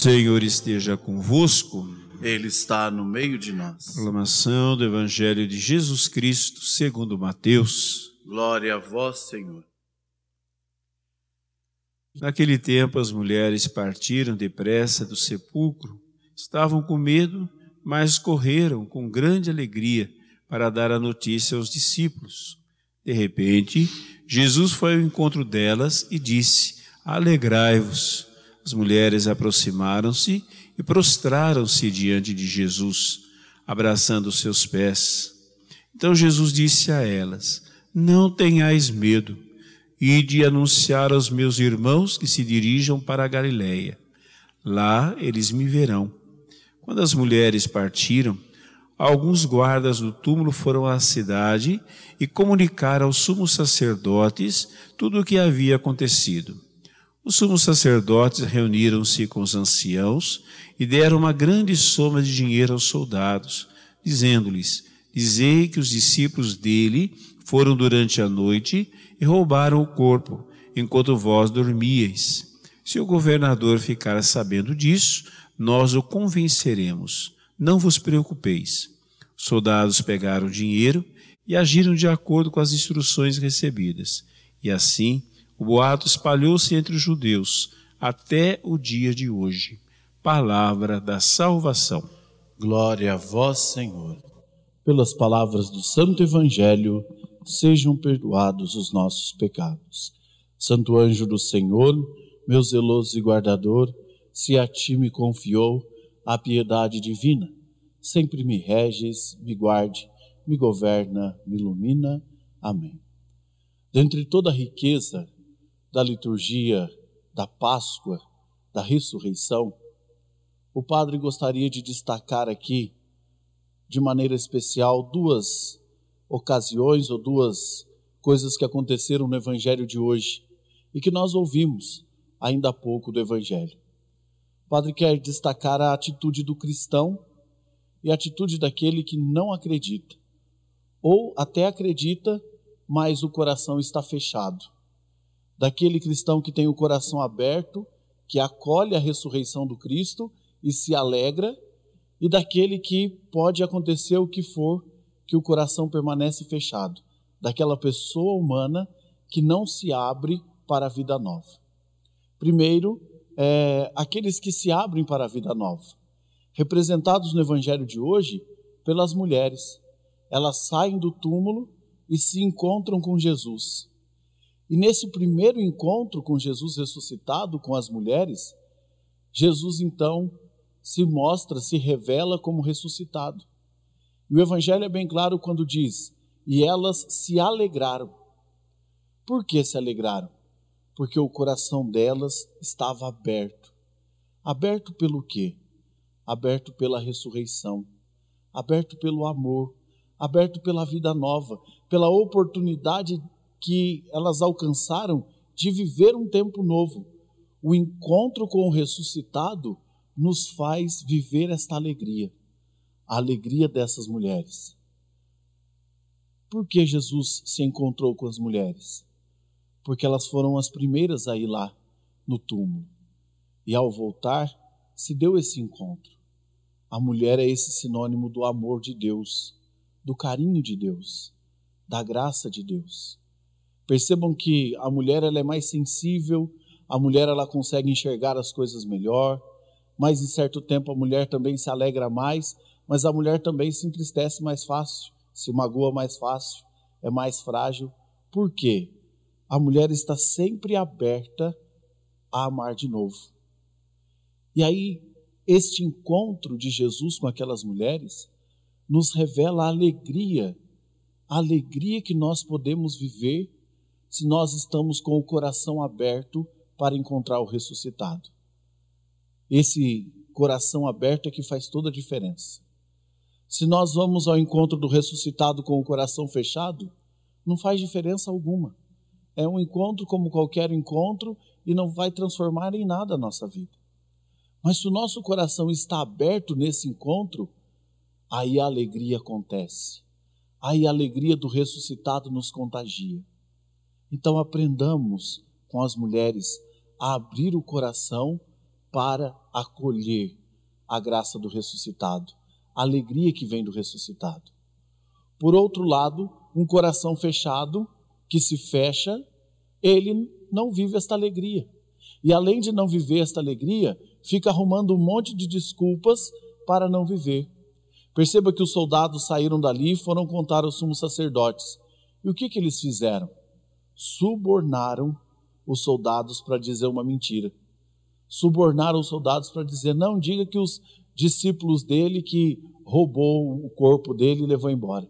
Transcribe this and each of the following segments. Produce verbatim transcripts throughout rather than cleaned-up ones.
Senhor esteja convosco. Ele está no meio de nós. Proclamação do Evangelho de Jesus Cristo segundo Mateus. Glória a vós, Senhor. Naquele tempo as mulheres partiram depressa do sepulcro. Estavam com medo, mas correram com grande alegria para dar a notícia aos discípulos. De repente, Jesus foi ao encontro delas e disse: Alegrai-vos. As mulheres aproximaram-se e prostraram-se diante de Jesus, abraçando os seus pés. Então Jesus disse a elas: Não tenhais medo, ide anunciar aos meus irmãos que se dirijam para a Galileia. Lá eles me verão. Quando as mulheres partiram, alguns guardas do túmulo foram à cidade e comunicaram aos sumos sacerdotes tudo o que havia acontecido. Os sumos sacerdotes reuniram-se com os anciãos e deram uma grande soma de dinheiro aos soldados, dizendo-lhes: Dizei que os discípulos dele foram durante a noite e roubaram o corpo, enquanto vós dormíeis. Se o governador ficar sabendo disso, nós o convenceremos. Não vos preocupeis. Os soldados pegaram o dinheiro e agiram de acordo com as instruções recebidas. E assim, o boato espalhou-se entre os judeus até o dia de hoje. Palavra da salvação. Glória a vós, Senhor. Pelas palavras do Santo Evangelho, sejam perdoados os nossos pecados. Santo anjo do Senhor, meu zeloso e guardador, se a ti me confiou a piedade divina, sempre me reges, me guarde, me governa, me ilumina. Amém. Dentre toda a riqueza da liturgia da Páscoa, da ressurreição, o padre gostaria de destacar aqui, de maneira especial, duas ocasiões ou duas coisas que aconteceram no Evangelho de hoje e que nós ouvimos ainda há pouco do Evangelho. O padre quer destacar a atitude do cristão e a atitude daquele que não acredita, ou até acredita, mas o coração está fechado. Daquele cristão que tem o coração aberto, que acolhe a ressurreição do Cristo e se alegra, e daquele que pode acontecer o que for, que o coração permanece fechado, daquela pessoa humana que não se abre para a vida nova. Primeiro, é, aqueles que se abrem para a vida nova, representados no Evangelho de hoje pelas mulheres. Elas saem do túmulo e se encontram com Jesus. E nesse primeiro encontro com Jesus ressuscitado, com as mulheres, Jesus então se mostra, se revela como ressuscitado. E o Evangelho é bem claro quando diz: e elas se alegraram. Por que se alegraram? Porque o coração delas estava aberto. Aberto pelo quê? Aberto pela ressurreição, aberto pelo amor, aberto pela vida nova, pela oportunidade que elas alcançaram de viver um tempo novo. O encontro com o ressuscitado nos faz viver esta alegria, a alegria dessas mulheres. Por que Jesus se encontrou com as mulheres? Porque elas foram as primeiras a ir lá no túmulo. E ao voltar, se deu esse encontro. A mulher é esse sinônimo do amor de Deus, do carinho de Deus, da graça de Deus. Percebam que a mulher ela é mais sensível, a mulher ela consegue enxergar as coisas melhor, mas em certo tempo a mulher também se alegra mais, mas a mulher também se entristece mais fácil, se magoa mais fácil, é mais frágil. Por quê? A mulher está sempre aberta a amar de novo. E aí, este encontro de Jesus com aquelas mulheres nos revela a alegria, a alegria que nós podemos viver se nós estamos com o coração aberto para encontrar o ressuscitado. Esse coração aberto é que faz toda a diferença. Se nós vamos ao encontro do ressuscitado com o coração fechado, não faz diferença alguma. É um encontro como qualquer encontro e não vai transformar em nada a nossa vida. Mas se o nosso coração está aberto nesse encontro, aí a alegria acontece. Aí a alegria do ressuscitado nos contagia. Então aprendamos com as mulheres a abrir o coração para acolher a graça do ressuscitado, a alegria que vem do ressuscitado. Por outro lado, um coração fechado, que se fecha, ele não vive esta alegria. E além de não viver esta alegria, fica arrumando um monte de desculpas para não viver. Perceba que os soldados saíram dali e foram contar aos sumos sacerdotes. E o que, que eles fizeram? Subornaram os soldados para dizer uma mentira. Subornaram os soldados para dizer, não diga que os discípulos dele que roubou o corpo dele e levou embora.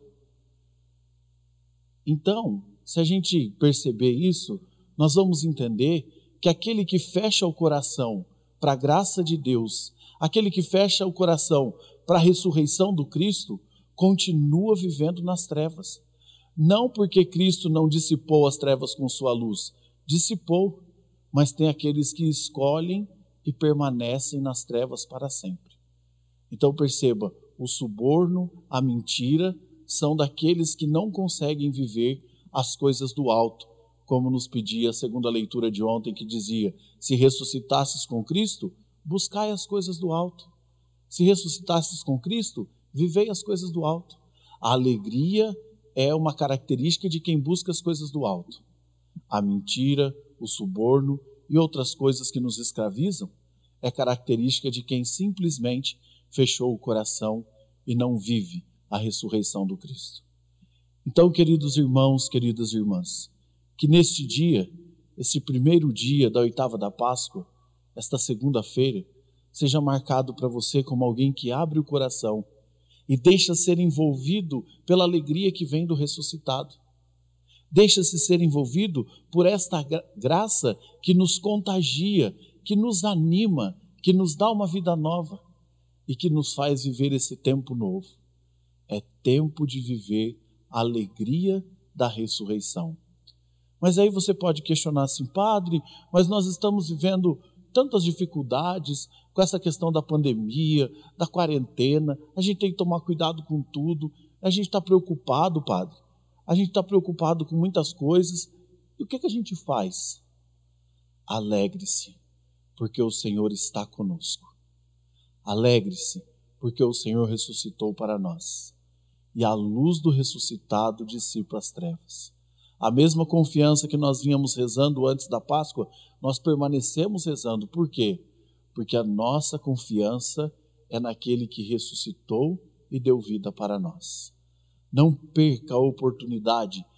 Então, se a gente perceber isso, nós vamos entender que aquele que fecha o coração para a graça de Deus, aquele que fecha o coração para a ressurreição do Cristo, continua vivendo nas trevas. Não porque Cristo não dissipou as trevas com sua luz, dissipou, mas tem aqueles que escolhem e permanecem nas trevas para sempre. Então perceba, o suborno, a mentira, são daqueles que não conseguem viver as coisas do alto, como nos pedia a segunda leitura de ontem, que dizia, se ressuscitasses com Cristo, buscai as coisas do alto. Se ressuscitasses com Cristo, vivei as coisas do alto. A alegria é uma característica de quem busca as coisas do alto. A mentira, o suborno e outras coisas que nos escravizam é característica de quem simplesmente fechou o coração e não vive a ressurreição do Cristo. Então, queridos irmãos, queridas irmãs, que neste dia, esse primeiro dia da oitava da Páscoa, esta segunda-feira, seja marcado para você como alguém que abre o coração e deixa ser envolvido pela alegria que vem do ressuscitado. Deixa-se ser envolvido por esta graça que nos contagia, que nos anima, que nos dá uma vida nova e que nos faz viver esse tempo novo. É tempo de viver a alegria da ressurreição. Mas aí você pode questionar assim, padre, mas nós estamos vivendo tantas dificuldades com essa questão da pandemia, da quarentena, a gente tem que tomar cuidado com tudo, a gente está preocupado, padre, a gente está preocupado com muitas coisas, e o que, que a gente faz? Alegre-se, porque o Senhor está conosco. Alegre-se, porque o Senhor ressuscitou para nós. E a luz do ressuscitado dissipa as trevas. A mesma confiança que nós vínhamos rezando antes da Páscoa, nós permanecemos rezando. Por quê? Porque a nossa confiança é naquele que ressuscitou e deu vida para nós. Não perca a oportunidade